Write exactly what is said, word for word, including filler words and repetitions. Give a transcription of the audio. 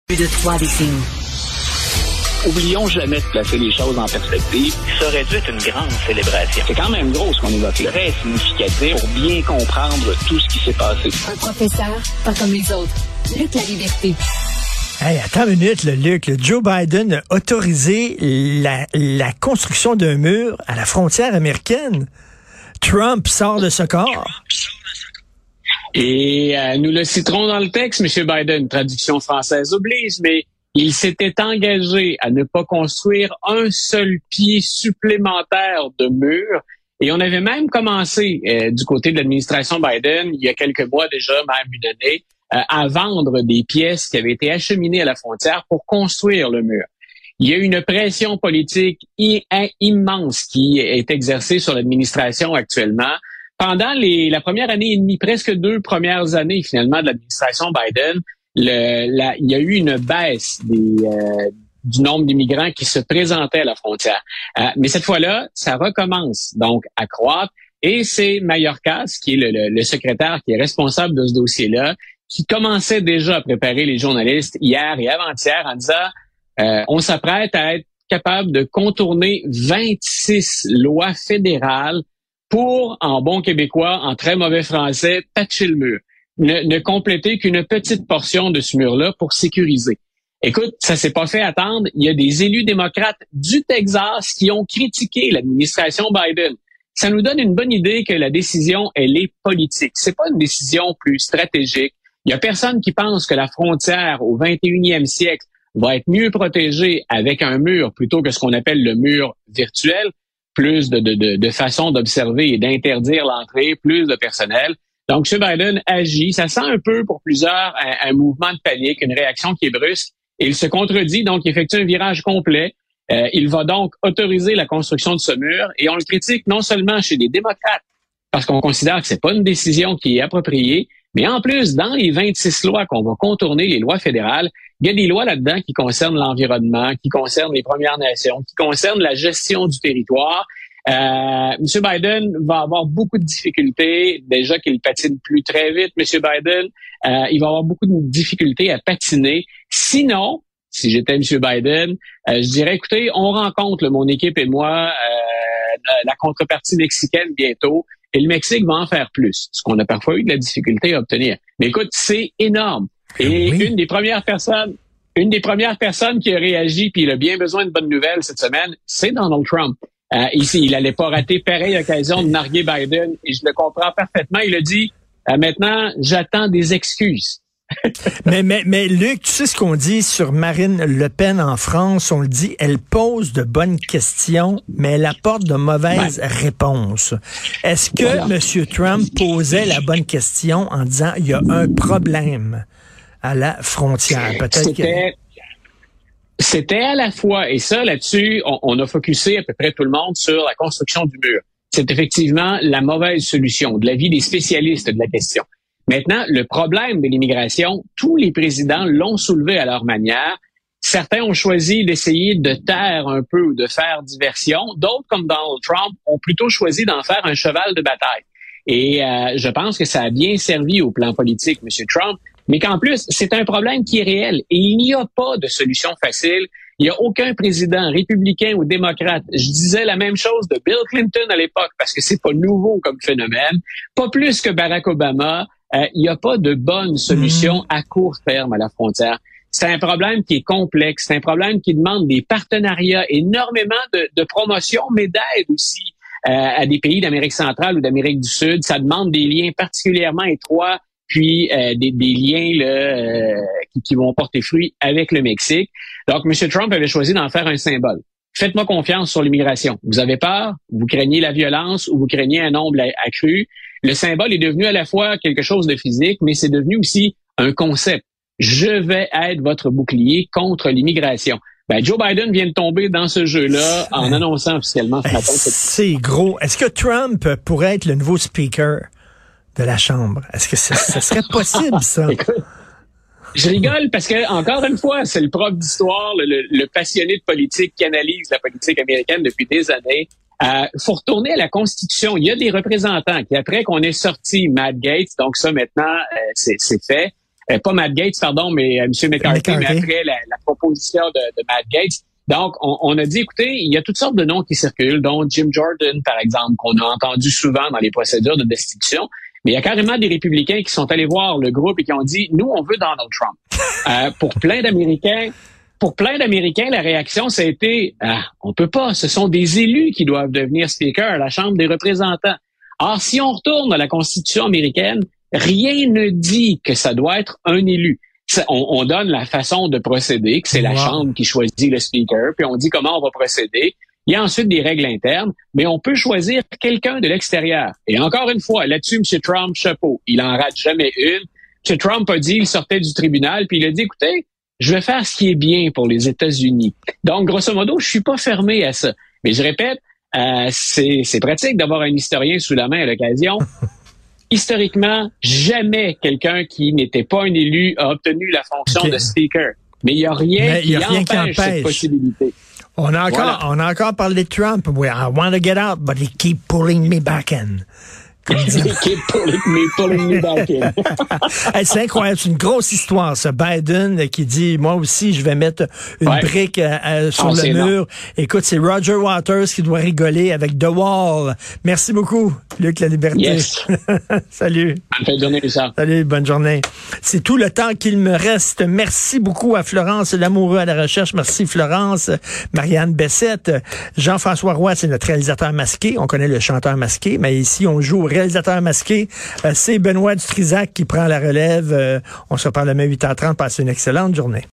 de trois décennies. Oublions jamais de placer les choses en perspective. Ça aurait dû être une grande célébration. C'est quand même gros ce qu'on évoque là. Très significatif pour bien comprendre tout ce qui s'est passé. Un professeur, pas comme les autres. Luc La Liberté. Hey, attends une minute, le Luc. Le Joe Biden a autorisé la, la construction d'un mur à la frontière américaine. Trump sort de ce corps. Et euh, nous le citerons dans le texte, M. Biden, traduction française oblige, mais il s'était engagé à ne pas construire un seul pied supplémentaire de mur. Et on avait même commencé, euh, du côté de l'administration Biden, il y a quelques mois déjà, même une année, euh, à vendre des pièces qui avaient été acheminées à la frontière pour construire le mur. Il y a une pression politique i- immense qui est exercée sur l'administration actuellement. Pendant les, la première année et demie, presque deux premières années finalement de l'administration Biden, le, la, il y a eu une baisse des, euh, du nombre d'immigrants qui se présentaient à la frontière. Euh, mais cette fois-là, ça recommence donc à croître. Et c'est Mayorkas, qui est le, le, le secrétaire qui est responsable de ce dossier-là, qui commençait déjà à préparer les journalistes hier et avant-hier en disant euh, on s'apprête à être capable de contourner vingt-six lois fédérales pour, en bon québécois, en très mauvais français, patcher le mur. Ne, ne compléter qu'une petite portion de ce mur-là pour sécuriser. Écoute, ça s'est pas fait attendre. Il y a des élus démocrates du Texas qui ont critiqué l'administration Biden. Ça nous donne une bonne idée que la décision, elle est politique. C'est pas une décision plus stratégique. Il y a personne qui pense que la frontière au vingt et unième siècle va être mieux protégée avec un mur plutôt que ce qu'on appelle le mur virtuel. Plus de, de, de, de façons d'observer et d'interdire l'entrée, plus de personnel. Donc, M. Biden agit. Ça sent un peu pour plusieurs un, un mouvement de panique, une réaction qui est brusque. Et il se contredit, donc il effectue un virage complet. Euh, il va donc autoriser la construction de ce mur. Et on le critique non seulement chez les démocrates, parce qu'on considère que c'est pas une décision qui est appropriée, mais en plus, dans les vingt-six lois qu'on va contourner, les lois fédérales, il y a des lois là-dedans qui concernent l'environnement, qui concernent les Premières Nations, qui concernent la gestion du territoire. Euh, M. Biden va avoir beaucoup de difficultés. Déjà qu'il patine plus très vite, M. Biden, euh, il va avoir beaucoup de difficultés à patiner. Sinon, si j'étais M. Biden, euh, je dirais, écoutez, on rencontre, là, mon équipe et moi, euh, la contrepartie mexicaine bientôt. Et le Mexique va en faire plus, ce qu'on a parfois eu de la difficulté à obtenir. Mais écoute, c'est énorme. Et oui. une des premières personnes, une des premières personnes qui a réagi, puis il a bien besoin de bonnes nouvelles cette semaine, c'est Donald Trump. Euh, ici, il allait pas rater pareille occasion de narguer Biden, et je le comprends parfaitement. Il a dit, euh, maintenant, j'attends des excuses. mais, mais, mais Luc, tu sais ce qu'on dit sur Marine Le Pen en France? On le dit, elle pose de bonnes questions, mais elle apporte de mauvaises ouais. réponses. Est-ce que voilà. M. Trump posait la bonne question en disant, il y a un problème à la frontière? Peut-être C'était... que... C'était à la fois, et ça, là-dessus, on, on a focusé à peu près tout le monde sur la construction du mur. C'est effectivement la mauvaise solution, de l'avis des spécialistes de la question. Maintenant, le problème de l'immigration, tous les présidents l'ont soulevé à leur manière. Certains ont choisi d'essayer de taire un peu ou de faire diversion. D'autres, comme Donald Trump, ont plutôt choisi d'en faire un cheval de bataille. Et euh, je pense que ça a bien servi au plan politique, M. Trump, mais qu'en plus, c'est un problème qui est réel. Et il n'y a pas de solution facile. Il n'y a aucun président républicain ou démocrate. Je disais la même chose de Bill Clinton à l'époque, parce que c'est pas nouveau comme phénomène. Pas plus que Barack Obama. Euh, il n'y a pas de bonne solution à court terme à la frontière. C'est un problème qui est complexe. C'est un problème qui demande des partenariats, énormément de, de promotion, mais d'aide aussi euh, à des pays d'Amérique centrale ou d'Amérique du Sud. Ça demande des liens particulièrement étroits, puis euh, des, des liens là, euh, qui, qui vont porter fruit avec le Mexique. Donc, M. Trump avait choisi d'en faire un symbole. Faites-moi confiance sur l'immigration. Vous avez peur, vous craignez la violence ou vous craignez un nombre accru. Le symbole est devenu à la fois quelque chose de physique, mais c'est devenu aussi un concept. Je vais être votre bouclier contre l'immigration. Ben, Joe Biden vient de tomber dans ce jeu-là en annonçant officiellement ce matin. C'est gros. Est-ce que Trump pourrait être le nouveau speaker de la Chambre? Est-ce que ça, ça serait possible, ça? Écoute, je rigole parce que, encore une fois, c'est le prof d'histoire, le, le, le passionné de politique qui analyse la politique américaine depuis des années. Euh, faut retourner à la Constitution. Il y a des représentants qui, après qu'on ait sorti Matt Gaetz, donc ça maintenant, euh, c'est, c'est fait, euh, pas Matt Gaetz, pardon, mais euh, M. McCarthy, McCarthy, mais après la, la proposition de, de Matt Gaetz. Donc, on, on a dit, écoutez, il y a toutes sortes de noms qui circulent, dont Jim Jordan, par exemple, qu'on a entendu souvent dans les procédures de destitution. Mais il y a carrément des républicains qui sont allés voir le groupe et qui ont dit, nous, on veut Donald Trump. Euh, pour plein d'Américains, pour plein d'Américains, la réaction, ça a été, ah, on peut pas, ce sont des élus qui doivent devenir speaker à la Chambre des représentants. Or, si on retourne à la Constitution américaine, rien ne dit que ça doit être un élu. Ça, on, on donne la façon de procéder, que c'est la wow. Chambre qui choisit le speaker, puis on dit comment on va procéder. Il y a ensuite des règles internes, mais on peut choisir quelqu'un de l'extérieur. Et encore une fois, là-dessus, M. Trump, chapeau, il en rate jamais une. M. Trump a dit, il sortait du tribunal, puis il a dit, écoutez, je vais faire ce qui est bien pour les États-Unis. Donc, grosso modo, je suis pas fermé à ça. Mais je répète, euh, c'est, c'est pratique d'avoir un historien sous la main à l'occasion. Historiquement, jamais quelqu'un qui n'était pas un élu a obtenu la fonction okay. de speaker. Mais il n'y a rien, Mais qui, a rien empêche qui empêche cette possibilité. On a encore, voilà. on a encore parlé de Trump. Well, I want to get out, but he keep pulling me back in. Keep pulling me, pulling me back in. Hey, c'est incroyable, c'est une grosse histoire, ça. Biden qui dit, moi aussi, je vais mettre une ouais. brique euh, sur ah, le mur. Énorme. Écoute, c'est Roger Waters qui doit rigoler avec The Wall. Merci beaucoup, Luc La Liberté. Yes. Salut. Bonne journée, Richard. Salut, bonne journée. C'est tout le temps qu'il me reste. Merci beaucoup à Florence Lamoureux à la recherche. Merci, Florence. Marianne Bessette. Jean-François Roy, c'est notre réalisateur masqué. On connaît le chanteur masqué, mais ici, on joue au réalisateur masqué. Euh, c'est Benoît Dutrisac qui prend la relève. Euh, on se reparle demain huit heures trente. Passez une excellente journée.